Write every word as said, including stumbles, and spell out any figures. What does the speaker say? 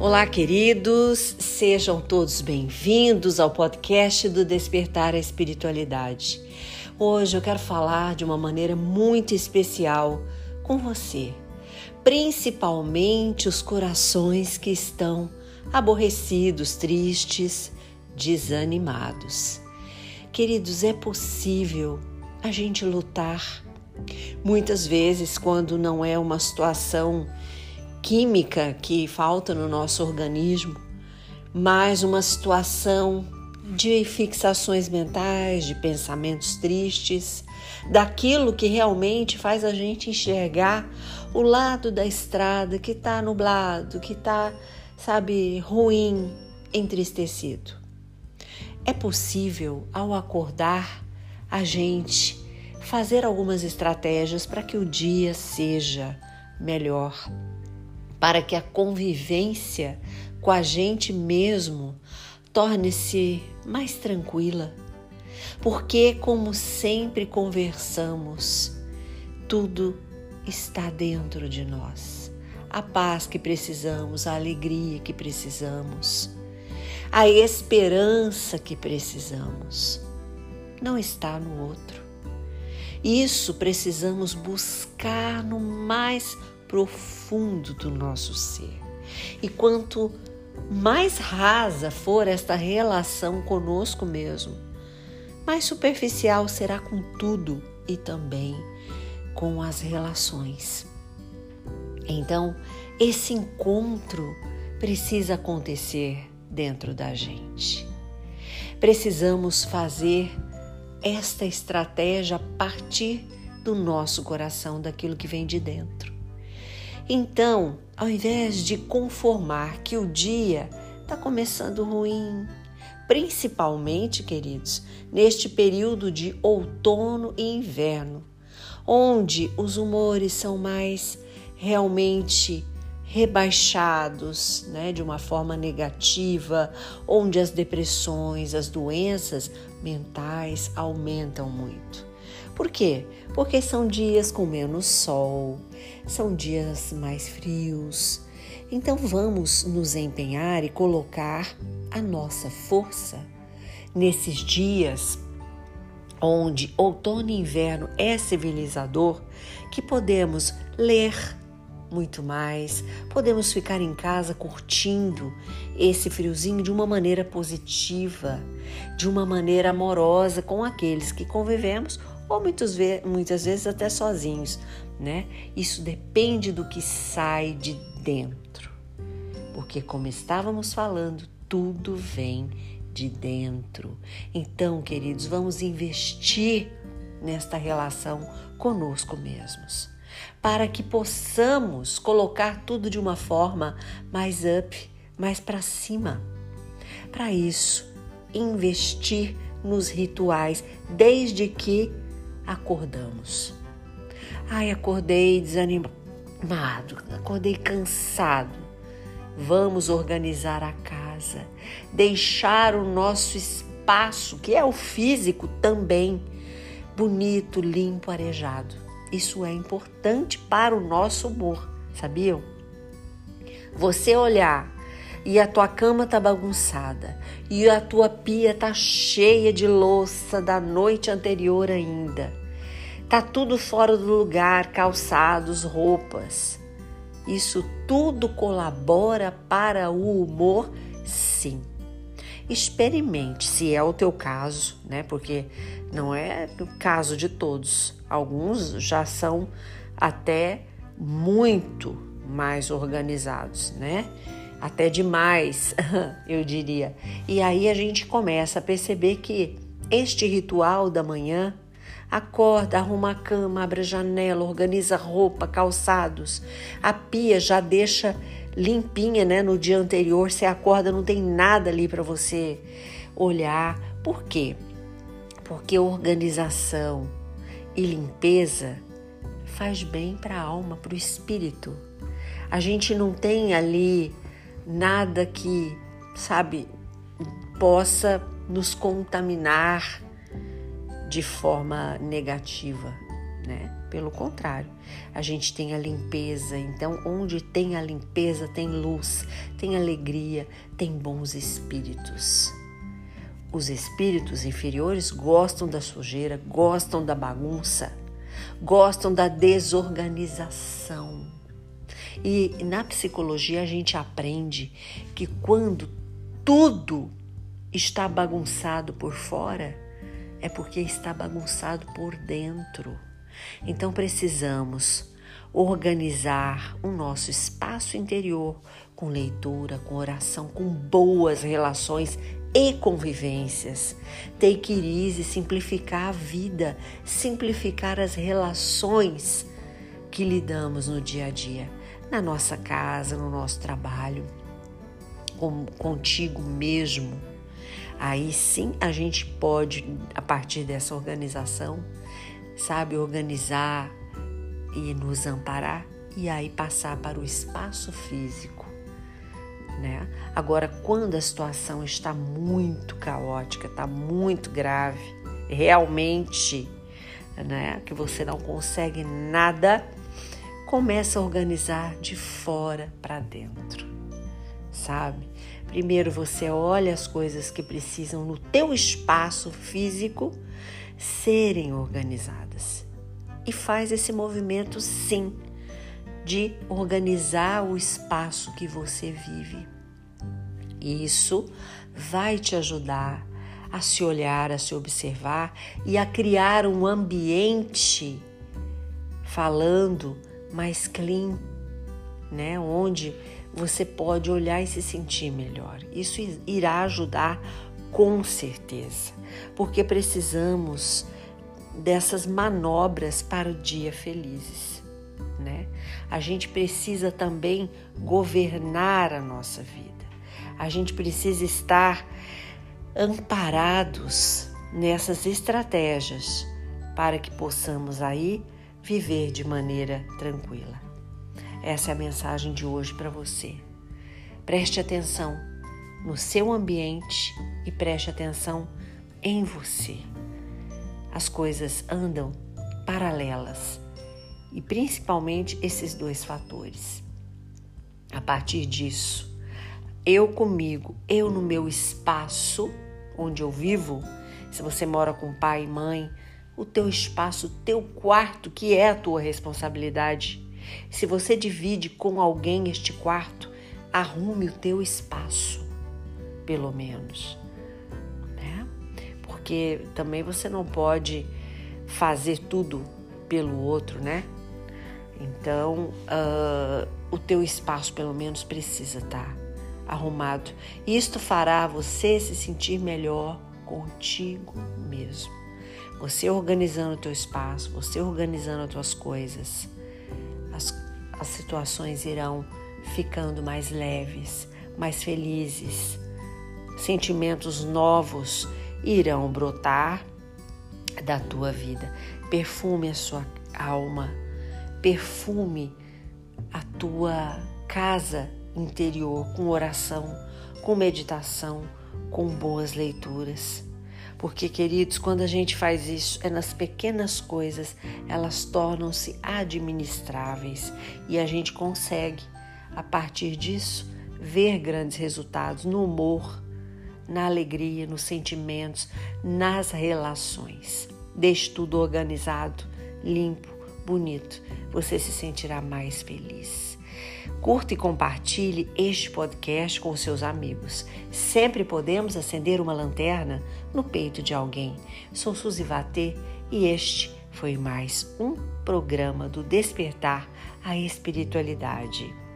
Olá, queridos, sejam todos bem-vindos ao podcast do Despertar a Espiritualidade. Hoje eu quero falar de uma maneira muito especial com você, principalmente os corações que estão aborrecidos, tristes, desanimados. Queridos, é possível a gente lutar. Muitas vezes, quando não é uma situação química que falta no nosso organismo, mas uma situação de fixações mentais, de pensamentos tristes, daquilo que realmente faz a gente enxergar o lado da estrada que está nublado, que está, sabe, ruim, entristecido. É possível, ao acordar, a gente fazer algumas estratégias para que o dia seja melhor, para que a convivência com a gente mesmo torne-se mais tranquila. Porque, como sempre conversamos, tudo está dentro de nós. A paz que precisamos, a alegria que precisamos, a esperança que precisamos, não está no outro. Isso precisamos buscar no mais profundo do nosso ser. E quanto mais rasa for esta relação conosco mesmo, mais superficial será com tudo e também com as relações. Então, esse encontro precisa acontecer dentro da gente. Precisamos fazer esta estratégia a partir do nosso coração, daquilo que vem de dentro. Então, ao invés de conformar que o dia está começando ruim, principalmente, queridos, neste período de outono e inverno, onde os humores são mais realmente rebaixados, né, de uma forma negativa, onde as depressões, as doenças mentais aumentam muito. Por quê? Porque são dias com menos sol, são dias mais frios. Então vamos nos empenhar e colocar a nossa força nesses dias onde outono e inverno é civilizador, que podemos ler muito mais, podemos ficar em casa curtindo esse friozinho de uma maneira positiva, de uma maneira amorosa com aqueles que convivemos, ou muitas vezes, muitas vezes até sozinhos, né? Isso depende do que sai de dentro, porque como estávamos falando, tudo vem de dentro. Então, queridos, vamos investir nesta relação conosco mesmos, para que possamos colocar tudo de uma forma mais up, mais para cima. Para isso, investir nos rituais desde que acordamos. Ai, acordei desanimado, acordei cansado. Vamos organizar a casa, deixar o nosso espaço, que é o físico também, bonito, limpo, arejado. Isso é importante para o nosso humor, sabiam? Você olhar e a tua cama tá bagunçada e a tua pia tá cheia de louça da noite anterior ainda. Tá tudo fora do lugar, calçados, roupas. Isso tudo colabora para o humor, sim. Experimente, se é o teu caso, né? Porque não é o caso de todos. Alguns já são até muito mais organizados, né? Até demais, eu diria. E aí a gente começa a perceber que este ritual da manhã, acorda, arruma a cama, abre a janela, organiza roupa, calçados, a pia já deixa limpinha, né? No dia anterior, você acorda, não tem nada ali para você olhar. Por quê? Porque organização e limpeza faz bem para a alma, para o espírito. A gente não tem ali nada que, sabe, possa nos contaminar de forma negativa, né? Pelo contrário, a gente tem a limpeza. Então, onde tem a limpeza, tem luz, tem alegria, tem bons espíritos. Os espíritos inferiores gostam da sujeira, gostam da bagunça, gostam da desorganização. E na psicologia a gente aprende que quando tudo está bagunçado por fora, é porque está bagunçado por dentro. Então precisamos organizar o nosso espaço interior com leitura, com oração, com boas relações e convivências. Take it easy, simplificar a vida, simplificar as relações que lidamos no dia a dia, na nossa casa, no nosso trabalho, com, contigo mesmo. Aí sim a gente pode, a partir dessa organização, sabe, organizar e nos amparar e aí passar para o espaço físico, né? Agora, quando a situação está muito caótica, está muito grave, realmente, né, que você não consegue nada, começa a organizar de fora para dentro, sabe? Primeiro você olha as coisas que precisam no teu espaço físico serem organizadas e faz esse movimento, sim, de organizar o espaço que você vive. Isso vai te ajudar a se olhar, a se observar e a criar um ambiente, falando, mais clean, né? Onde você pode olhar e se sentir melhor. Isso irá ajudar com certeza, porque precisamos dessas manobras para o dia felizes, né? A gente precisa também governar a nossa vida. A gente precisa estar amparados nessas estratégias para que possamos aí viver de maneira tranquila. Essa é a mensagem de hoje para você. Preste atenção no seu ambiente e preste atenção em você. As coisas andam paralelas e principalmente esses dois fatores. A partir disso, eu comigo, eu no meu espaço onde eu vivo, se você mora com pai e mãe, o teu espaço, o teu quarto, que é a tua responsabilidade. Se você divide com alguém este quarto, arrume o teu espaço, pelo menos, né? Porque também você não pode fazer tudo pelo outro, né? Então, uh, o teu espaço, pelo menos, precisa estar arrumado. Isto fará você se sentir melhor contigo mesmo. Você organizando o teu espaço, você organizando as tuas coisas, as, as situações irão ficando mais leves, mais felizes. Sentimentos novos irão brotar da tua vida. Perfume a sua alma, perfume a tua casa interior com oração, com meditação, com boas leituras. Porque, queridos, quando a gente faz isso, é nas pequenas coisas, elas tornam-se administráveis e a gente consegue, a partir disso, ver grandes resultados no humor, na alegria, nos sentimentos, nas relações. Deixe tudo organizado, limpo, bonito. Você se sentirá mais feliz. Curta e compartilhe este podcast com seus amigos. Sempre podemos acender uma lanterna no peito de alguém. Sou Suzy Vatê e este foi mais um programa do Despertar a Espiritualidade.